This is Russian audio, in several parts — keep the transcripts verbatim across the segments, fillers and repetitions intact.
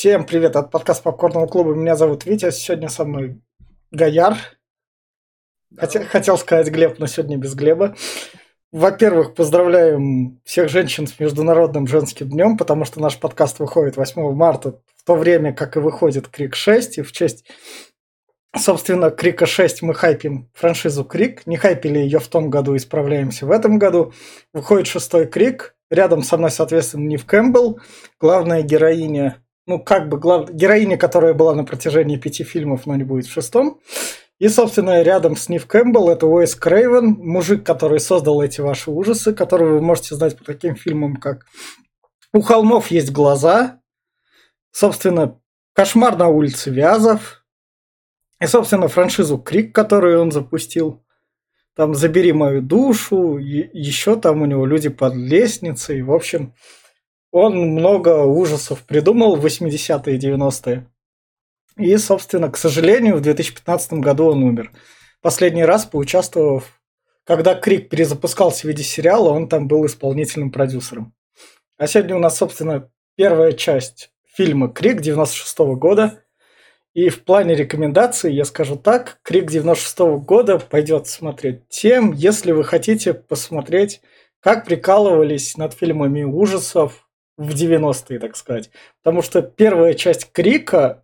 Всем привет от подкаста Попкорного клуба. Меня зовут Витя. Сегодня со мной Гаяр. Хотя, Здорово. хотел сказать Глеб, но сегодня без Глеба. Во-первых, поздравляем всех женщин с Международным женским днем, потому что наш подкаст выходит восьмого марта, в то время, как и выходит Крик шесть. И в честь, собственно, Крика шесть мы хайпим франшизу Крик. Не хайпили ее в том году, исправляемся в этом году. Выходит шестой Крик. Рядом со мной, соответственно, Нив Кэмпбелл, главная героиня. Ну, как бы глав... героиня, которая была на протяжении пяти фильмов, но не будет в шестом. И, собственно, рядом с Нив Кэмпбелл это Уэс Крейвен, мужик, который создал эти ваши ужасы, которые вы можете знать по таким фильмам, как «У холмов есть глаза», собственно, «Кошмар на улице Вязов», и, собственно, франшизу Крик, которую он запустил. Там «Забери мою душу», еще там у него «Люди под лестницей». В общем, он много ужасов придумал в восьмидесятые и девяностые. И, собственно, к сожалению, в две тысячи пятнадцатом году он умер. Последний раз поучаствовав, когда Крик перезапускался в виде сериала, он там был исполнительным продюсером. А сегодня у нас, собственно, первая часть фильма «Крик» девяносто шестого года. И в плане рекомендаций я скажу так, «Крик» девяносто шестого года пойдет смотреть тем, если вы хотите посмотреть, как прикалывались над фильмами ужасов в девяностые, так сказать. Потому что первая часть «Крика»,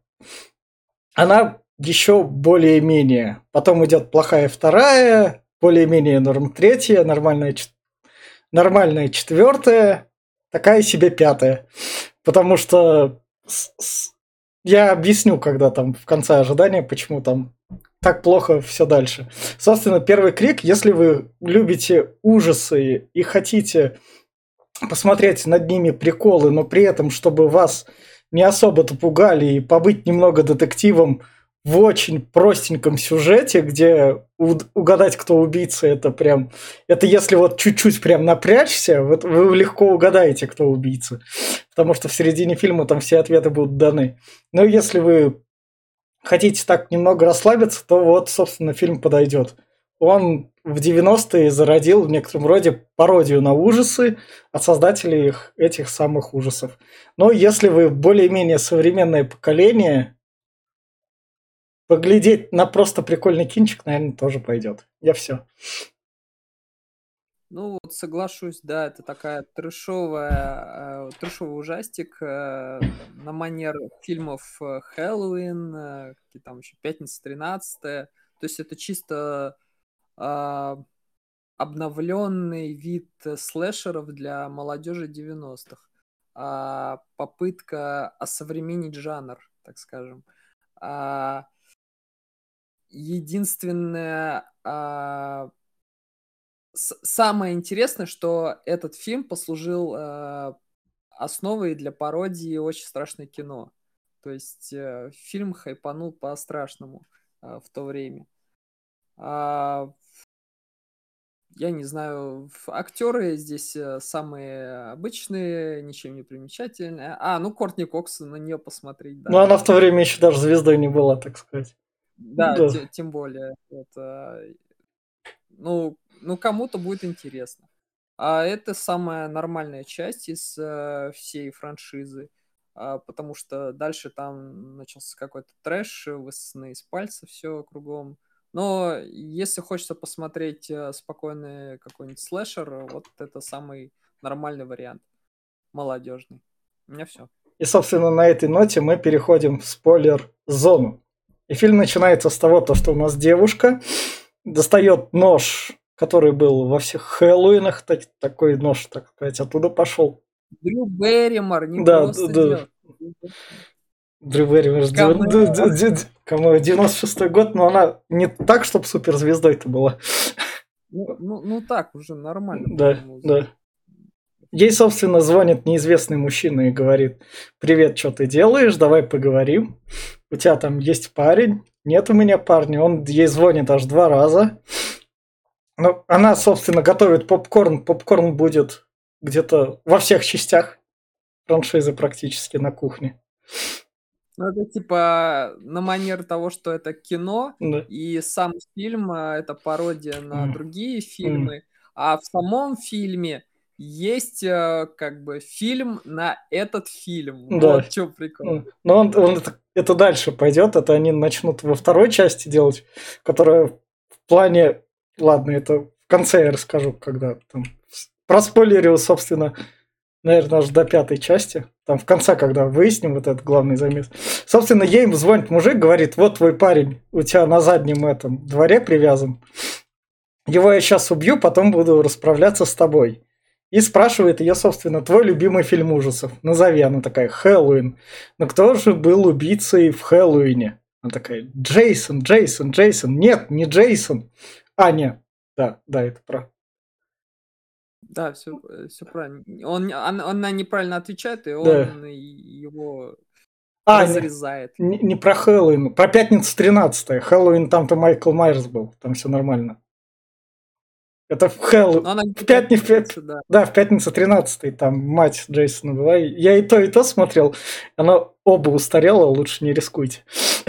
она еще более-менее. Потом идет плохая вторая, более-менее норм третья, нормальная, нормальная четвертая, такая себе пятая. Потому что с, с, я объясню, когда там в конце ожидания, почему там так плохо все дальше. Собственно, первый Крик, если вы любите ужасы и хотите посмотреть над ними приколы, но при этом, чтобы вас не особо-то пугали и побыть немного детективом в очень простеньком сюжете, где угадать, кто убийца, это прям... Это если вот чуть-чуть прям напрячься, вот вы легко угадаете, кто убийца. Потому что в середине фильма там все ответы будут даны. Но если вы хотите так немного расслабиться, то вот, собственно, фильм подойдет. Он в девяностые зародил в некотором роде пародию на ужасы от создателей их, этих самых ужасов. Но если вы более-менее современное поколение, поглядеть на просто прикольный кинчик, наверное, тоже пойдет. Я все. Ну, вот соглашусь, да, это такая трэшовая, э, трэшовый ужастик э, на манер фильмов э, «Хэллоуин», э, какие там еще «Пятница тринадцатая». То есть это чисто э, обновленный вид э, слэшеров для молодежи девяностых. А, попытка осовременить жанр, так скажем. А, единственное... а, с- самое интересное, что этот фильм послужил э, основой для пародии «Очень страшное кино». То есть э, фильм хайпанул по-страшному э, в то время. А, я не знаю, ф- актеры здесь э, самые обычные, ничем не примечательные. А, ну Кортни Кокс, на нее посмотреть, Но да. она в то время еще даже звездой не была, так сказать. Да, Да. те- тем более. Это, ну, ну, кому-то будет интересно. А это самая нормальная часть из э, всей франшизы, а, потому что дальше там начался какой-то трэш, высосанный из пальца все кругом. Но если хочется посмотреть э, спокойный какой-нибудь слэшер, вот это самый нормальный вариант, молодежный. У меня все. И, собственно, на этой ноте мы переходим в спойлер-зону. И фильм начинается с того, то, что у нас девушка достает нож, который был во всех Хэллоуинах, так- такой нож, так сказать, оттуда пошел. Дрю Берримор не Да, да, просто да. девушка. Дрю Берримор, Камео. девяносто шестой год, но она не так, чтобы суперзвездой-то была. Ну, ну, ну так, уже нормально, Да, по-моему. да. Ей, собственно, звонит неизвестный мужчина и говорит: «Привет, что ты делаешь? Давай поговорим. У тебя там есть парень?» «Нет у меня парня». Он ей звонит аж два раза. Ну, она, собственно, готовит попкорн. Попкорн будет где-то во всех частях франшизы практически на кухне. Ну, это типа на манер того, что это кино, Да. и сам фильм а, это пародия на М, другие м. фильмы, а в самом фильме есть э, как бы фильм на этот фильм. Да. Вот в чем прикол. Ну, Но он, он это, это дальше пойдет, это они начнут во второй части делать, которая в плане... Ладно, это в конце я расскажу, когда там... Проспойлерил, собственно, наверное, аж до пятой части. Там в конце, когда выясним вот этот главный замес. Собственно, ей звонит мужик, говорит, вот твой парень у тебя на заднем этом дворе привязан. Его я сейчас убью, потом буду расправляться с тобой. И спрашивает ее, собственно, твой любимый фильм ужасов. Назови. Она такая, Хэллоуин. Но кто же был убийцей в Хэллоуине? Она такая, Джейсон, Джейсон, Джейсон. Нет, не Джейсон. А, нет. Да, да, это про. Да, все, все правильно. Он, она, она неправильно отвечает, и Да. он его А, не, разрезает. не, не про Хэллоуин, про пятницу тринадцатое. Хэллоуин там-то Майкл Майерс был, там все нормально. Это в Хэллоуин. Но она В пятницу, пятница, да. да, в пятницу тринадцатой там мать Джейсона была. Я и то, и то смотрел. Оно оба устарело, лучше не рискуйте.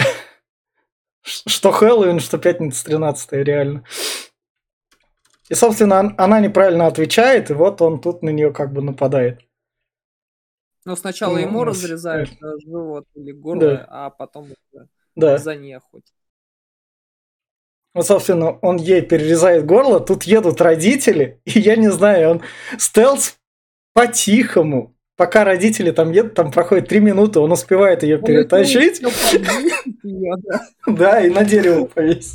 Что Хэллоуин, что пятница тринадцатое, реально. И, собственно, она неправильно отвечает, и вот он тут на нее как бы нападает. Ну, сначала Ну, ему ну, разрезают э, э, живот или горло, Да, а потом уже да. за ней охотится. Ну, собственно, он ей перерезает горло, тут едут родители, и я не знаю, он стелс по-тихому. Пока родители там едут, там проходит три минуты, он успевает ее Он перетащить. успел повесить её, да. Да, и на дерево повесить.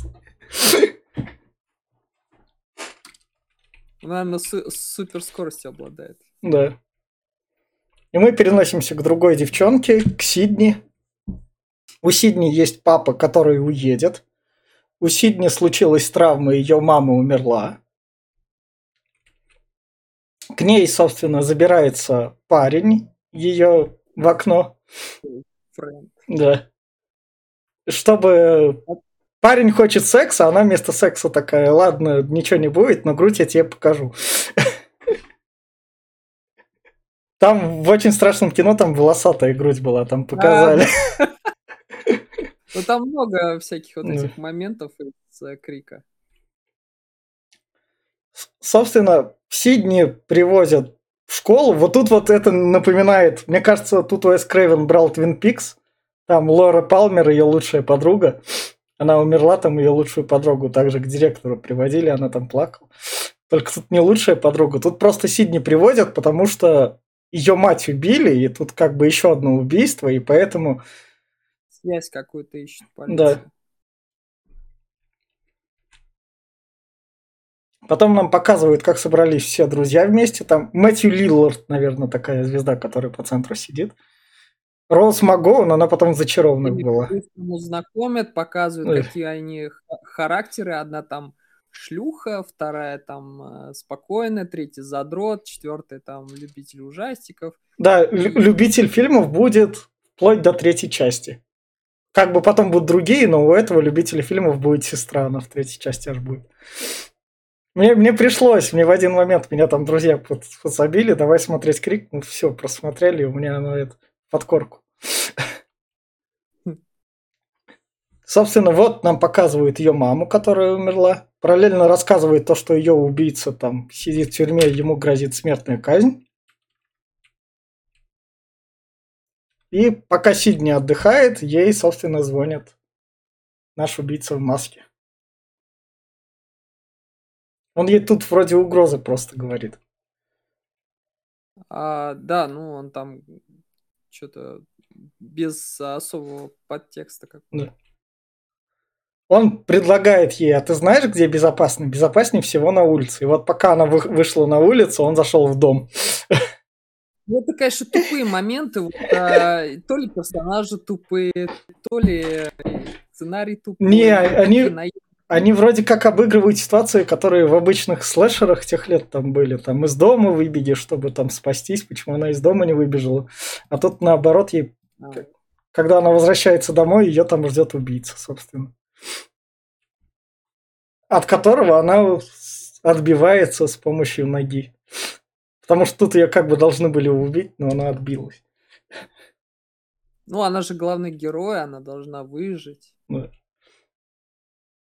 Наверное, су- суперскоростью обладает. Да. И мы переносимся к другой девчонке, к Сидни. У Сидни есть папа, который уедет. У Сидни случилась травма, ее мама умерла. К ней, собственно, забирается парень ее в окно. Фрэнд. Да. Чтобы... Парень хочет секса, а она вместо секса такая, ладно, ничего не будет, но грудь я тебе покажу. Там в очень страшном кино там волосатая грудь была, там показали. Ну, там много всяких вот Да. этих моментов из э, Крика. С- Собственно, в Сидни привозят в школу. Вот тут вот это напоминает, мне кажется, тут Уэс Крейвен брал Твин Пикс. Там Лора Палмер, ее лучшая подруга. Она умерла, там ее лучшую подругу также к директору приводили, она там плакала. Только тут не лучшая подруга, тут просто Сидни приводят, потому что ее мать убили, и тут как бы еще одно убийство, и поэтому... Связь какую-то ищет Да. полиция. Потом нам показывают, как собрались все друзья вместе. Там Мэтью Лиллард, наверное, такая звезда, которая по центру сидит. Роуз МакГоуэн, она потом в «Зачарованных» Или была. по-быстрому знакомят, показывают, Эх. какие они ха- характеры. Одна там шлюха, вторая там э, спокойная, третья задрот, четвертая там любитель ужастиков. Да, И- лю- любитель фильмов будет вплоть до третьей части. Как бы потом будут другие, но у этого любителя фильмов будет сестра, она в третьей части аж будет. Мне, мне пришлось, мне в один момент меня там друзья под- подсобили, давай смотреть Крик, ну все, просмотрели, у меня оно это под корку. Собственно, вот нам показывают ее маму, которая умерла. Параллельно рассказывает то, что ее убийца там сидит в тюрьме, ему грозит смертная казнь. И пока Сидни отдыхает, ей, собственно, звонит наш убийца в маске. Он ей тут вроде угрозы просто говорит. а, да, ну он там что-то без особого подтекста какого-то. Да. Он предлагает ей, а ты знаешь, где безопасно? Безопаснее всего на улице. И вот пока она вы- вышла на улицу, он зашел в дом. Ну, это, конечно, тупые моменты. Вот, а, то ли персонажи тупые, то ли сценарий тупой. Не, ну, они- такие наивные. Они вроде как обыгрывают ситуации, которые в обычных слэшерах тех лет там были. Там из дома выбеги, чтобы там спастись. Почему она из дома не выбежала? А тут наоборот, ей, А, когда она возвращается домой, ее там ждет убийца, собственно. От которого она отбивается с помощью ноги. Потому что тут ее как бы должны были убить, но она отбилась. Ну, она же главный герой, она должна выжить. Да.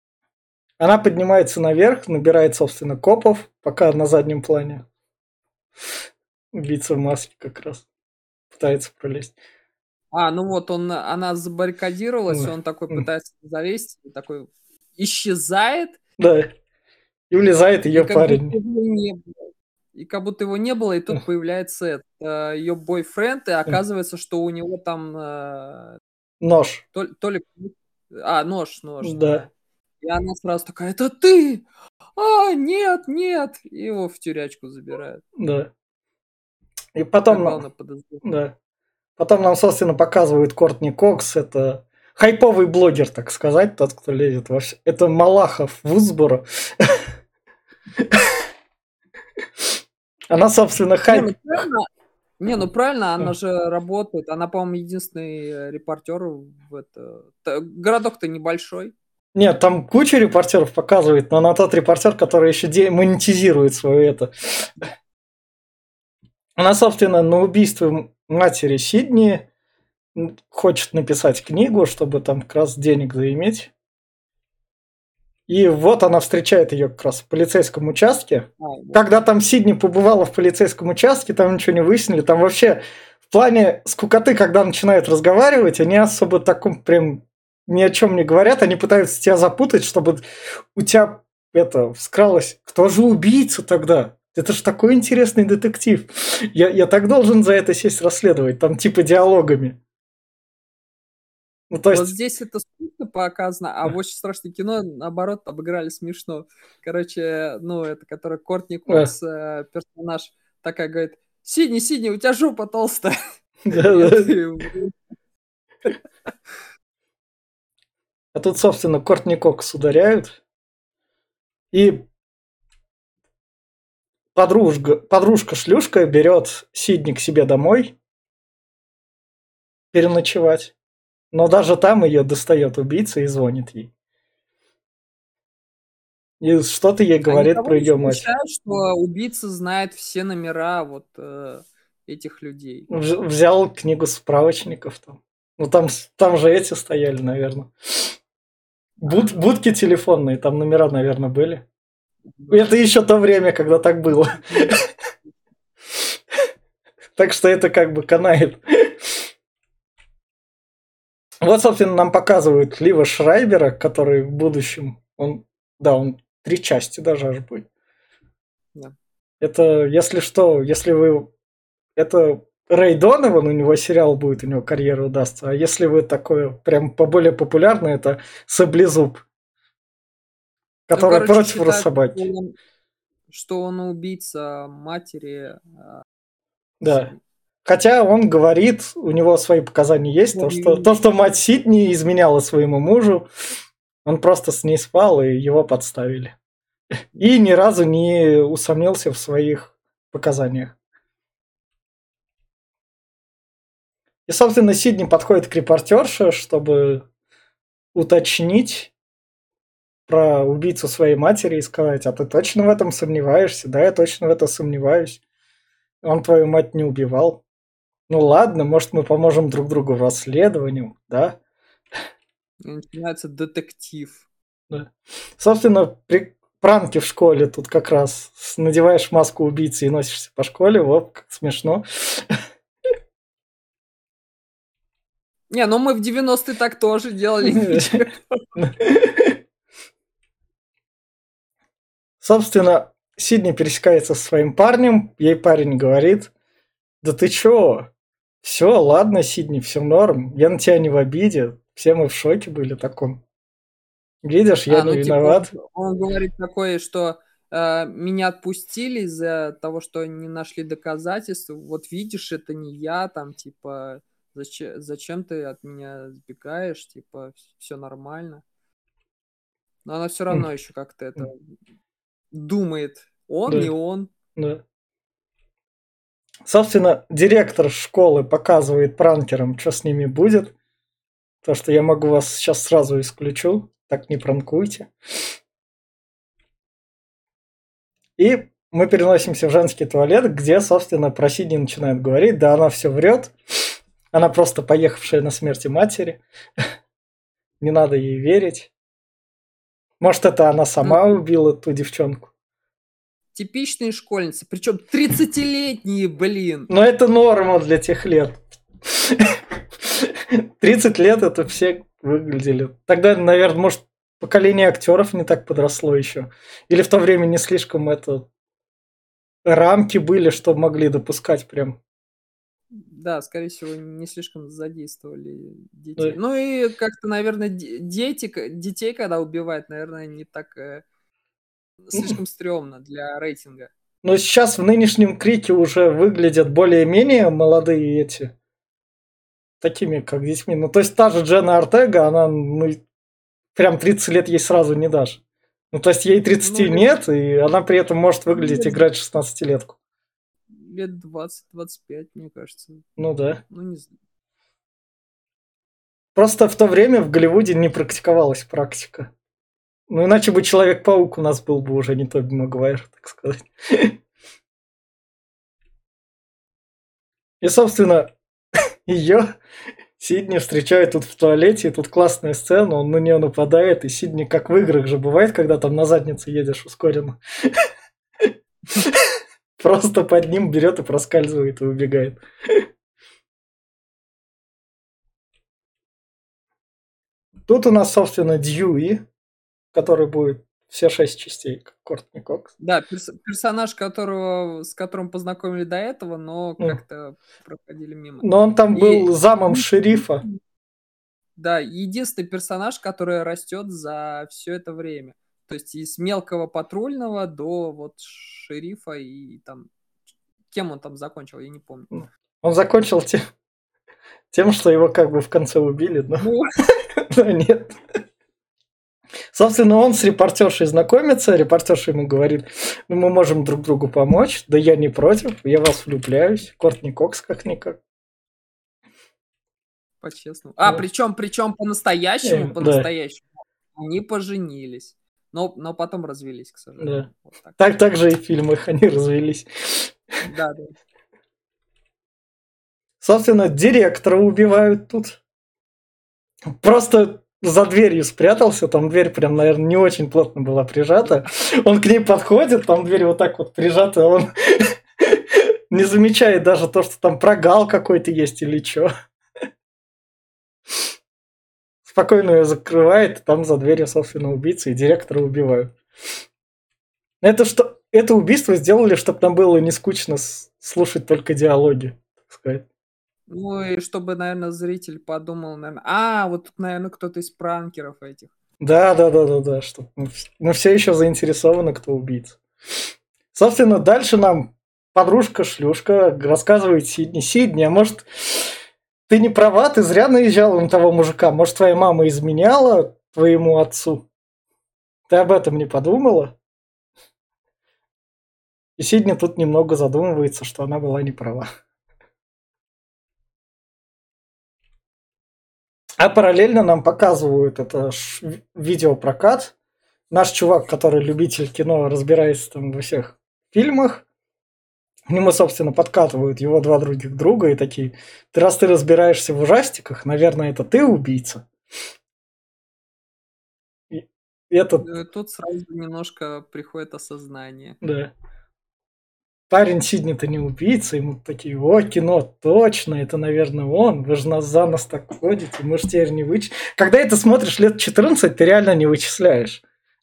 Она поднимается наверх, набирает, собственно, копов, пока на заднем плане. Убийца в маске как раз пытается пролезть. А, ну вот он, она забаррикадировалась, и Да. он такой М. пытается залезть, и такой исчезает, Да. И влезает и ее как будто парень. его не было. И как будто его не было, и тут появляется этот, э, ее бойфренд, и оказывается, что у него там э, Нож. то, то ли... А, нож, нож, Да. да. И она сразу такая, это ты! А, нет, нет! И его в тюрячку забирают. Да. И Как потом, нам- главное подозреваемый. да. Потом нам, собственно, показывают Кортни Кокс. Это хайповый блогер, так сказать, тот, кто лезет во все. Это Малахов Вузборо. Она, собственно, Не, хайп. ну правильно, не, ну правильно, она же работает. Она, по-моему, единственный э, репортер в это. Т- Городок-то небольшой. Нет, там куча репортеров показывает, но она тот репортер, который еще де- монетизирует свое это. Она, собственно, на убийство м- матери Сидни м, хочет написать книгу, чтобы там как раз денег заиметь. И вот она встречает ее как раз в полицейском участке. А, вот. Когда там Сидни побывала в полицейском участке, там ничего не выяснили. Там вообще в плане скукоты, когда начинают разговаривать, они особо таком прям ни о чем не говорят. Они пытаются тебя запутать, чтобы у тебя это вскралось. Кто же убийца тогда? Это ж такой интересный детектив. Я, я так должен за это сесть расследовать. Там типа диалогами. Ну, то Вот есть... здесь это скучно показано, а в «Очень страшное кино», наоборот, обыграли смешно. Короче, ну, это, который Кортни Кокс, э, персонаж, такая говорит, Сидни, Сидни, у тебя жопа толстая. Да-да. Нет, и- А тут, собственно, Кортни Кокс ударяют. И подружка, подружка-шлюшка берет Сидни к себе домой переночевать. Но даже там ее достает убийца и звонит ей. И что-то ей Они говорит того про еще ее мать. решают, что убийца знает все номера вот э, этих людей. Вз- Взял книгу справочников там. Ну там, с- там же эти стояли, наверное. Буд- будки телефонные, там номера, наверное, были. Это еще то время, когда так было. Так что это как бы канает. Вот, собственно, нам показывают Лива Шрайбера, который в будущем, он, да, он три части даже аж будет. Да. Это, если что, если вы, это Рэй Донован, у него сериал будет, у него карьера удастся. А если вы такое прям поболее популярное, это Саблезуб, Ну, который короче, против считают, что Рособаки. он, что он убийца матери э, Да. Сидни. Хотя он говорит, у него свои показания есть, то что, то, что мать Сидни изменяла своему мужу, он просто с ней спал, и его подставили. И ни разу не усомнился в своих показаниях. И, собственно, Сидни подходит к репортерше, чтобы уточнить про убийцу своей матери и сказать, а ты точно в этом сомневаешься? Да, я точно в этом сомневаюсь. Он твою мать не убивал. Ну ладно, может, мы поможем друг другу в расследовании, да? И начинается детектив. Да. Собственно, при пранке в школе тут как раз надеваешь маску убийцы и носишься по школе, вот как смешно. Не, ну мы в девяностые так тоже делали. ничего. Собственно, Сидни пересекается со своим парнем, ей парень говорит, да ты чё? Все, ладно, Сидни, все норм, я на тебя не в обиде, все мы в шоке были таком. Видишь, я А, не ну типа виноват. он, он говорит такое, что э, меня отпустили из-за того, что не нашли доказательств. Вот видишь, это не я, там типа зачем, зачем ты от меня сбегаешь, типа все нормально. Но она все равно еще как-то это думает. Он, не Да, он. да. Собственно, директор школы показывает пранкерам, что с ними будет. То, что я могу вас сейчас сразу исключу, так не пранкуйте. И мы переносимся в женский туалет, где, собственно, про Сидни начинают говорить, да она все врет, она просто поехавшая на смерти матери, не надо ей верить. Может, это она сама Ну, убила ту девчонку. типичные школьницы, причем тридцатилетние, блин. Но это норма для тех лет. тридцать лет это все выглядели. Тогда, наверное, может, поколение актеров не так подросло еще. Или в то время не слишком это... рамки были, что могли допускать прям. Да, скорее всего, не слишком задействовали Да. детей. Ну и как-то, наверное, де- дети, к- детей, когда убивают, наверное, не так э, слишком стрёмно для рейтинга. Но сейчас в нынешнем Крике уже выглядят более-менее молодые эти, такими как детьми. Ну, то есть та же Дженна Ортега, она, ну, прям тридцать лет ей сразу не дашь. Ну, то есть ей тридцать Ну, лет, нет, и она при этом может выглядеть, лет, играть шестнадцатилетку. лет двадцать-двадцать пять, мне кажется. Ну да. Ну, не знаю. Просто в то время в Голливуде не практиковалась практика. Ну, иначе бы Человек-паук у нас был бы уже не Тоби Магуайр, так сказать. И, собственно, ее Сидни встречает тут в туалете, и тут классная сцена, он на нее нападает, и Сидни, как в играх же бывает, когда там на заднице едешь ускоренно. Просто под ним берет и проскальзывает и убегает. Тут у нас, собственно, Дьюи, который будет все шесть частей, как Кортни Кокс. Да, перс- персонаж, которого, с которым познакомили до этого, но Ну, как-то проходили мимо. но он там И был замом шерифа. да, единственный персонаж, который растет за все это время. То есть из мелкого патрульного до вот шерифа и там... Кем он там закончил, я не помню. Он закончил тем, тем, что его как бы в конце убили, но, Ну, но нет. Собственно, он с репортершей знакомится, репортерша ему говорит, ну мы можем друг другу помочь, да я не против, я вас влюбляюсь, Кортни Кокс как-никак. по-честному. А, Да. причем, причем по-настоящему, Э, да, по-настоящему. Они поженились. Но, но потом развелись, к да. сожалению. Вот так. Так, так же и в фильмах они развелись. Да, да. Собственно, директора убивают тут. Просто за дверью спрятался, там дверь прям, наверное, не очень плотно была прижата. Он к ней подходит, там дверь вот так вот прижата, он не замечает даже то, что там прогал какой-то есть или что. Спокойно ее закрывает, там за дверью, собственно, убийца и директора убивают. Это что? Это убийство сделали, чтобы нам было не скучно с- слушать только диалоги, так сказать. Ну и чтобы, наверное, зритель подумал, наверное, а, вот тут, наверное, кто-то из пранкеров этих. Да, да, да, да, да, что мы, вс- мы все еще заинтересованы, кто убийца. Собственно, дальше нам подружка-шлюшка рассказывает Сидни. Сидни, а может, ты не права, ты зря наезжала на того мужика. Может, твоя мама изменяла твоему отцу? Ты об этом не подумала? И Сидни тут немного задумывается, что она была не права. А параллельно нам показывают это ш- видеопрокат. Наш чувак, который любитель кино, разбирается там во всех фильмах. К нему, собственно, подкатывают его два других друга и такие, ты раз ты разбираешься в ужастиках, наверное, это ты убийца. И этот, Э, Тут сразу немножко приходит осознание. да, парень Сидни-то не убийца, ему такие, о, кино, точно, это, наверное, он, вы же нас за нас так ходите, мы же теперь не вычислим. Когда это смотришь лет четырнадцать, ты реально не вычисляешь.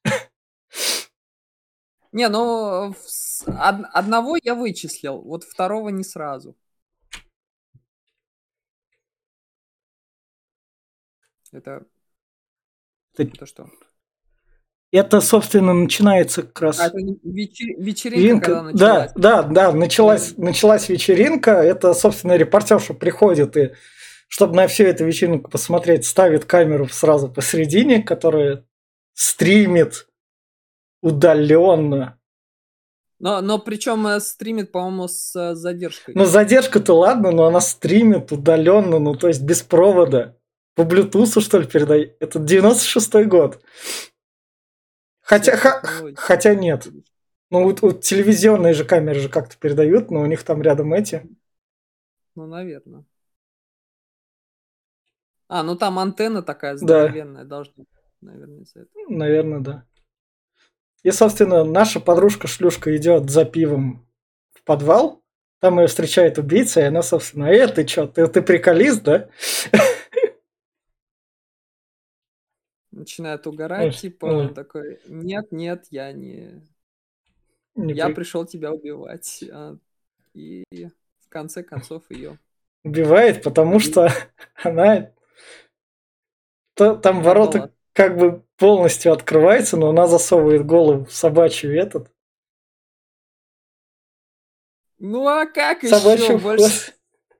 Не, ну в с- од- одного я вычислил, вот второго не сразу. Это, Это, это что? это, собственно, начинается как А, раз это не- вечер- вечеринка, вечеринка. когда Да, началась. да, да, началась, началась вечеринка. Это, собственно, репортерша приходит и, чтобы на всю эту вечеринку посмотреть, ставит камеру сразу посередине, которая стримит удаленно. Но, но причем э, стримит, по-моему, с э, задержкой. Ну, задержка-то ладно, но она стримит удаленно, ну, то есть без провода. По Bluetooth, что ли, передает? Это девяносто шестой год. Хотя, Все ха- технологии. хотя нет. Ну, вот, вот телевизионные же камеры же как-то передают, но у них там рядом эти. Ну, наверное. А, ну там антенна такая Да, здоровенная должна быть, наверное, из-за этого. наверное, да. И, собственно, наша подружка-шлюшка идет за пивом в подвал. Там ее встречает убийца, и она, собственно, э, ты чё, ты, ты приколист, да? Начинает угорать, типа, он такой, нет, нет, я не... Не Я при- пришел тебя убивать. А, И в конце концов ее... Убивает, потому что она... то- Там Надала. ворота как бы полностью открываются, но она засовывает голову в собачью этот. Ну а как Собачью еще? Больше... хвост.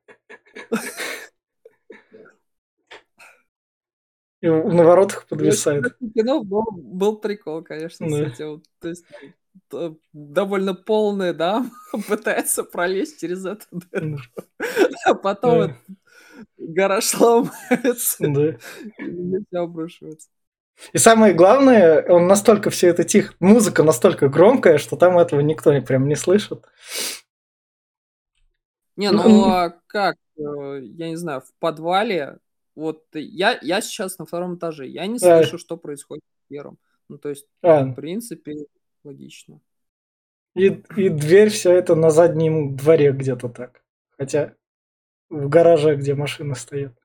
И на воротах подвисает. В кино был, был прикол, конечно, с Да. этим. То есть т- довольно полная, да, пытается пролезть через эту дыру. А потом Да. этот гараж сломается, Да. и на тебя обрушивается. И самое главное, он настолько все это тихо, музыка настолько громкая, что там этого никто не прям не слышит. Не, Ну, ну а как, э, я не знаю, в подвале, вот я, я сейчас на втором этаже, я не Да. слышу, что происходит в первом. Ну, то есть, А, в принципе, логично. и, и дверь все это на заднем дворе где-то так. Хотя в гараже, где машина стоит.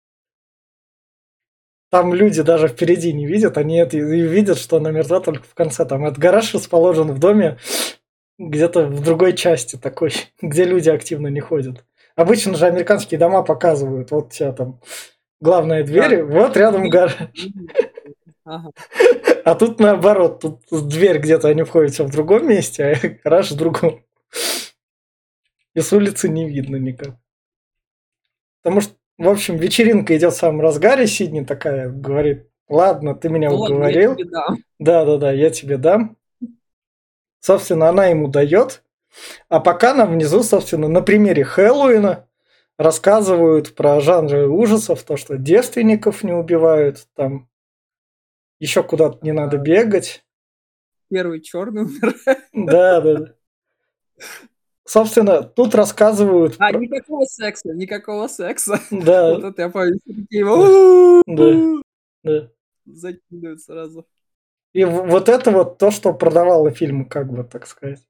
Там люди даже впереди не видят, они это и видят, что она мертва только в конце. Там этот гараж расположен в доме где-то в другой части такой, где люди активно не ходят. Обычно же американские дома показывают, вот у тебя там главная дверь, Да. вот рядом гараж. Ага. А тут наоборот, тут дверь где-то, они входят все в другом месте, а гараж в другом. И с улицы не видно никак. Потому что, в общем, вечеринка идет в самом разгаре, Сидни такая говорит, ладно, ты меня Ну ладно, я уговорил. тебе дам. Да-да-да, я тебе дам. Собственно, она ему дает. А пока нам внизу, собственно, на примере Хэллоуина рассказывают про жанры ужасов, то, что девственников не убивают, там еще куда-то не надо бегать. Первый черный умирает. Да, да, да. Собственно, тут рассказывают... А, про- никакого секса, никакого секса. Да, Вот это я помню. все такие его да, да. закидывают сразу. И в- вот это вот то, что продавало фильм, как бы, так сказать.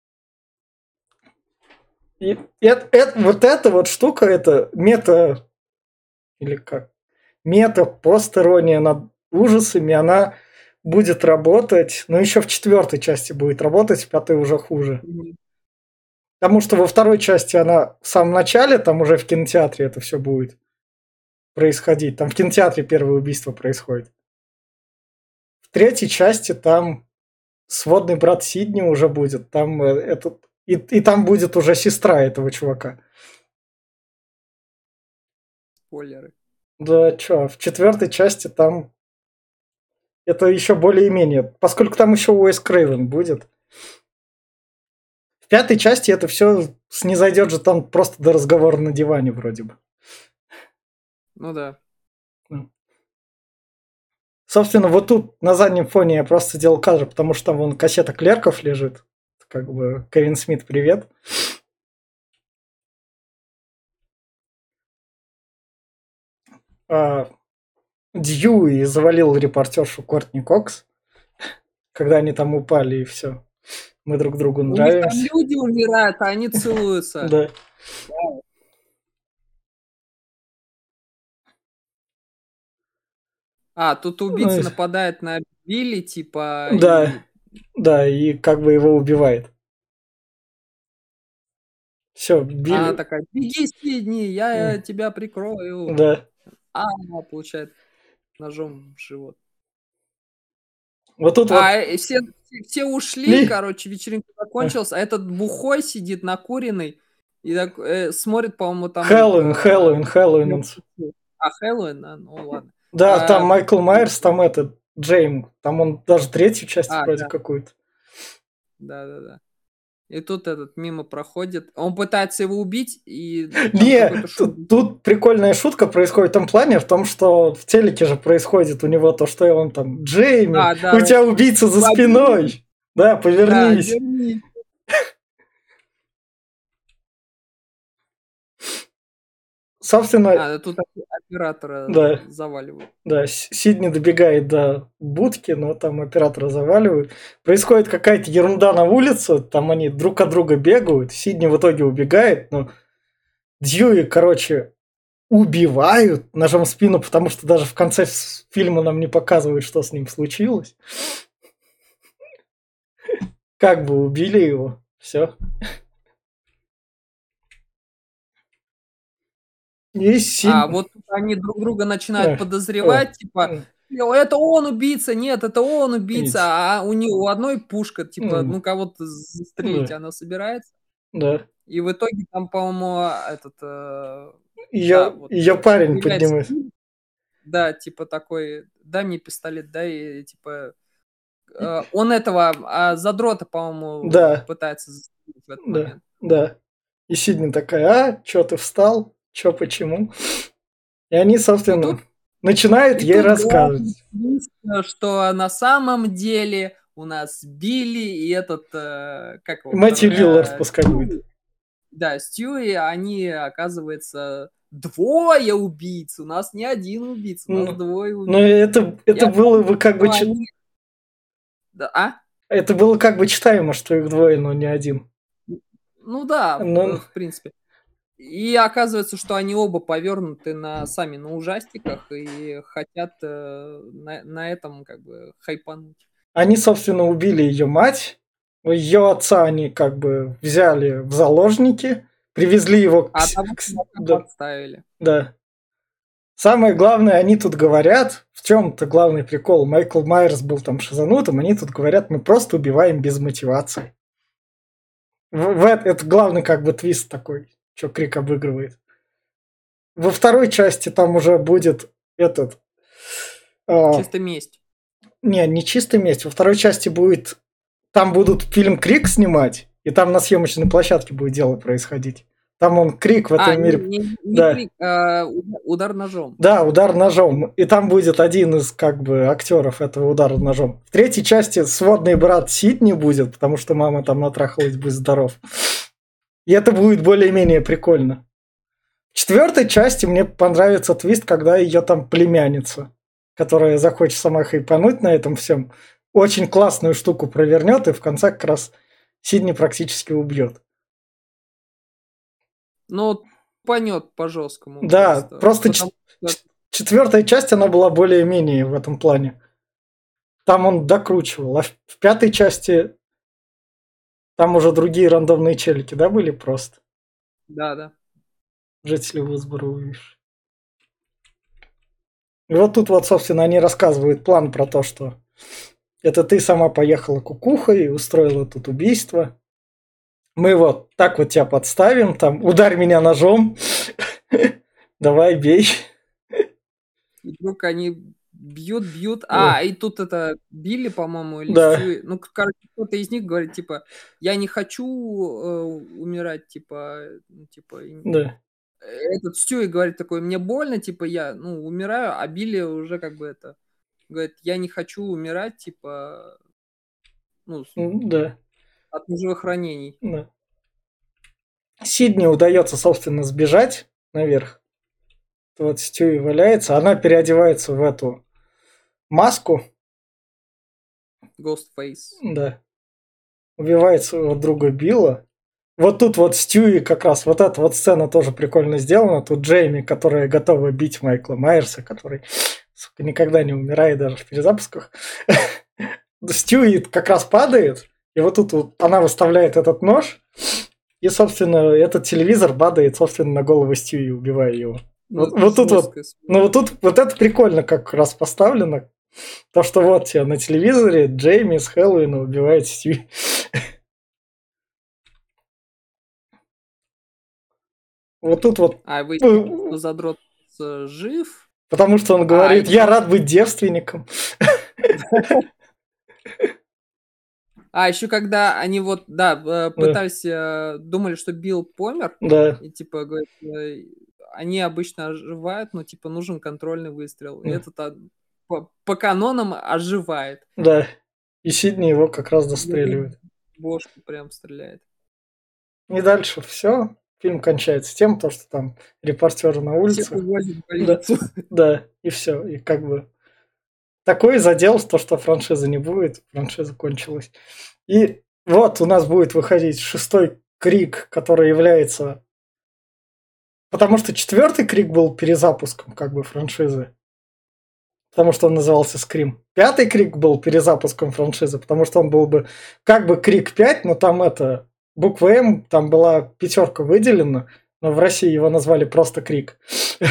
И это, это- вот эта вот штука, это мета, или как, мета, постирония над ужасами, она будет работать, но еще в четвертой части будет работать, в пятой уже хуже. Мгм. Потому что во второй части она в самом начале, там уже в кинотеатре это все будет происходить. Там в кинотеатре первое убийство происходит. В третьей части там сводный брат Сидни уже будет. Там э, этот и, и там будет уже сестра этого чувака. Спойлеры. Да, чё, в четвертой части там это еще более-менее, поскольку там еще Уэс Крейвен будет. В пятой части это все снизойдет же там просто до разговора на диване вроде бы. Ну да. Собственно, вот тут на заднем фоне я просто делал кадр, потому что там вон кассета Клерков лежит. Как бы Кевин Смит, привет. А, Дьюи завалил репортершу Кортни Кокс, когда они там упали и все. Мы друг другу У них нравимся. там люди умирают, а они целуются. Да. А, тут убийца нападает на Билли, типа, Да. и... Да, и как бы его убивает. Все, Билли. Она такая, беги, Сидни, я тебя прикрою. Да. А она получает ножом в живот. Вот тут А вот. э, все, все ушли, короче, вечеринка закончилась, а этот бухой сидит накуренный и так э, смотрит, по-моему, там... Хэллоуин, это, Хэллоуин, Хэллоуин. А, Хэллоуин, а, ну ладно. Да, А, там Майкл Майерс, там этот, Джейм, там он даже третью часть а, вроде да. какую-то. Да-да-да. И тут этот мимо проходит. Он пытается его убить, и... Не, тут, тут прикольная шутка происходит в том плане, в том, что в телеке же происходит у него то, что он там, Джейми, а, да, у тебя убийца за спиной. Да, повернись. Да, вернись. собственно, А, тут оп- оператора да, заваливают. да, С- Сидни добегает до будки, но там оператора заваливают. Происходит какая-то ерунда на улице, там они друг от друга бегают, Сидни в итоге убегает, но Дьюи, короче, убивают ножом в спину, потому что даже в конце с- фильма нам не показывают, что с ним случилось. Как бы убили его, все. И А Сидни... вот тут они друг друга начинают Эх, подозревать, эх, типа, м, «О, это он убийца, нет, это он убийца, видите. а у него у одной пушка, типа, М, ну кого-то застрелить Да, она собирается. да. И в итоге там, по-моему, а, этот, э, да, Ее, вот ее э, парень появляется, поднимает. Билл, да, типа такой, дай мне пистолет, дай, типа, э, он этого а, задрота, по-моему, Да, пытается застрелить в этот да, момент. да. И Сидни такая, а, чё ты встал? Чё, почему? И они, И собственно, тут начинают И ей тут главный рассказывать. твист, э, что на самом деле у нас Билли и этот, э, как И его, Мэтью Лиллард э, пускай будет. Стюи, да, Стюи, они, оказывается, двое убийц. У нас не один убийца, у нас Ну, двое ну убийц. это, это Я было помню, бы как бы что чит- они... Да, а? это было как бы читаемо, что их двое, но не один. Ну да, Ну, в, в принципе. И оказывается, что они оба повернуты на сами на ужастиках и хотят э, на, на этом как бы хайпануть. они, собственно, убили ее мать. Ее отца они как бы взяли в заложники, привезли его к... А с- одного к с- чувака да, подставили. да. Самое главное, они тут говорят, в чем-то главный прикол. Майкл Майерс был там шизанутым, они тут говорят, мы просто убиваем без мотивации. В, в это, это главный как бы твист такой, что Крик обыгрывает. Во второй части там уже будет этот... а, Чисто месть. не, не чистый месть. Во второй части будет... Там будут фильм Крик снимать, и там на съемочной площадке будет дело происходить. Там он Крик в А, этом не, мире... не, не Да, крик, а удар, удар ножом. да, удар ножом. И там будет один из как бы актеров этого удара ножом. В третьей части сводный брат Сидни будет, потому что мама там натрахалась, будь здоров. И это будет более-менее прикольно. В четвертой части мне понравится твист, когда ее там племянница, которая захочет сама хайпануть на этом всем, очень классную штуку провернет и в конце как раз Сидни практически убьет. Ну, понет по-жесткому Да, просто. просто Потому что, четвертая часть, она была более-менее в этом плане. Там он докручивал. А в, в пятой части там уже другие рандомные челики, да, были просто? да, да. Жители Уизбора, увидишь. И вот тут вот, собственно, они рассказывают план про то, что это ты сама поехала кукухой и устроила тут убийство. Мы вот так вот тебя подставим, там, ударь меня ножом, давай, бей. И вдруг они бьют, бьют. Да, А, и тут это Билли, по-моему, или да, Стюи. Ну, короче, кто-то из них говорит, типа, я не хочу э, умирать, типа, ну, типа, и- да. этот Стюи говорит такой, мне больно, типа, я, ну, умираю, а Билли уже как бы это, говорит, я не хочу умирать, типа, ну, с- М, да, от ножевых ранений. да. Сидни удается, собственно, сбежать наверх. Вот Стюи валяется, она переодевается в эту маску, Ghostface. да, убивает своего друга Билла. Вот тут вот Стюи как раз, вот эта вот сцена тоже прикольно сделана. Тут Джейми, которая готова бить Майкла Майерса, который, сука, никогда не умирает даже в перезапусках. Стюи как раз падает, и вот тут вот она выставляет этот нож, и, собственно, этот телевизор падает, собственно, на голову Стюи, убивая его. Ну, Вот, это вот тут вот, жесткая ну смерть. вот тут вот это прикольно как раз поставлено. То, что вот тебе на телевизоре Джейми с Хэллоуина убивает Стюи. Вот тут вот, А вы ну, что задрот э, жив? потому что он А, говорит, я рад быть девственником. А еще когда они вот, да, э, Да, пытались, э, думали, что Билл помер, да, и типа говорят, э, они обычно оживают, но типа нужен контрольный выстрел. И да, этот а, по, по канонам оживает. да. И Сидни его как раз И ему достреливает. в бошку прям стреляет. И дальше все. фильм кончается тем, то, что там репортеры на Всех улице. увозят в Да, больницу. да, и все. И как бы такой задел, то, что франшизы не будет, франшиза кончилась. И вот у нас будет выходить шестой Крик, который является... Потому что четвертый Крик был перезапуском как бы франшизы. Потому что он назывался Скрим. Пятый Крик был перезапуском франшизы, потому что он был бы как бы Крик пять, но там это... Буква М, там была пятерка выделена, но в России его назвали просто Крик.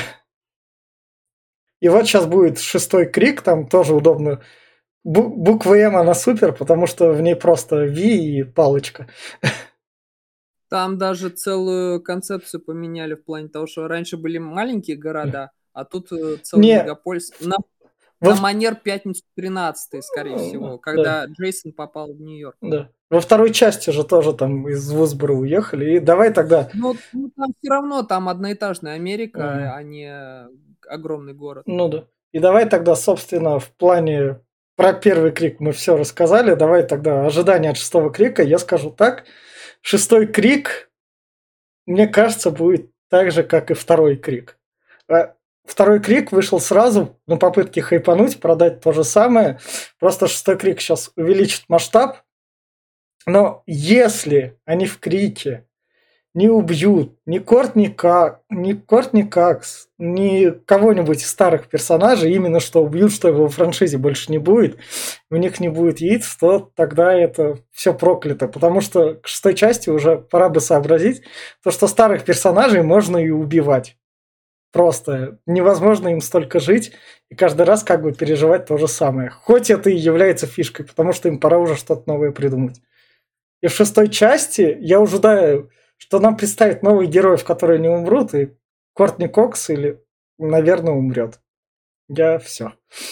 И вот сейчас будет шестой Крик, там тоже удобно. Бу- буква М, она супер, потому что в ней просто V и палочка. Там даже целую концепцию поменяли в плане того, что раньше были маленькие города, а тут э, целый Не, мегаполис. На, во, на в- манер пятницы тринадцатой, скорее всего, да, когда Джейсон попал в Нью-Йорк. да. Во второй части же тоже там из Вузбора уехали. И давай тогда... Ну, ну, там все равно там одноэтажная Америка, Ага. а не огромный город. Ну да. И давай тогда, собственно, в плане про первый Крик мы все рассказали. Давай тогда ожидания от шестого Крика. Я скажу так. Шестой Крик, мне кажется, будет так же, как и второй Крик. А Второй Крик вышел сразу на попытке хайпануть, продать то же самое. Просто шестой Крик сейчас увеличит масштаб. Но если они в Крике не убьют ни Кортни, Ка... ни Кортни Какс, ни кого-нибудь из старых персонажей, именно что убьют, что его в франшизе больше не будет, у них не будет яиц, то тогда это все проклято. Потому что к шестой части уже пора бы сообразить, то, что старых персонажей можно и убивать. Просто невозможно им столько жить и каждый раз как бы переживать то же самое. Хоть это и является фишкой, потому что им пора уже что-то новое придумать. И в шестой части я ожидаю, что нам представят новых героев, которые не умрут, и Кортни Кокс или, наверное, умрет. Я все.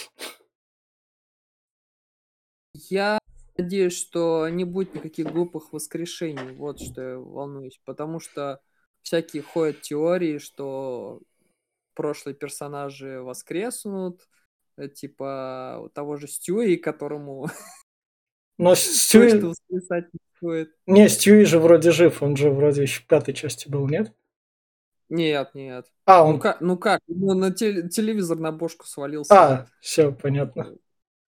Я надеюсь, что не будет никаких глупых воскрешений, вот что я волнуюсь, потому что всякие ходят теории, что прошлые персонажи воскреснут, э, типа у того же Стюи, которому Но точно Стюи... воскресать не стоит. Не, Стюи же вроде жив, он же вроде еще в пятой части был, нет? Нет, нет. А, Ну он... как, ну как, ну на теле- телевизор на бошку свалился. А, все, понятно.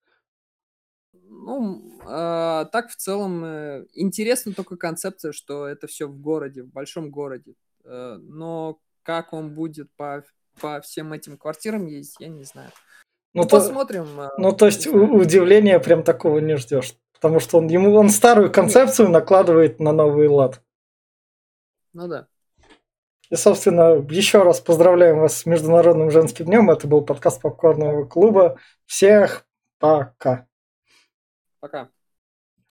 Ну, а, так в целом э, интересна только концепция, что это все в городе, в большом городе. Э, но как он будет по, по всем этим квартирам ездить, я не знаю. Ну, Ну, то... посмотрим. э, ну, то не есть у- знаю. удивления прям такого не ждешь. Потому что он, ему, он старую концепцию накладывает на новый лад. Ну да. И, собственно, еще раз поздравляем вас с Международным женским днем. Это был подкаст Попкорного клуба. Всех пока. Пока.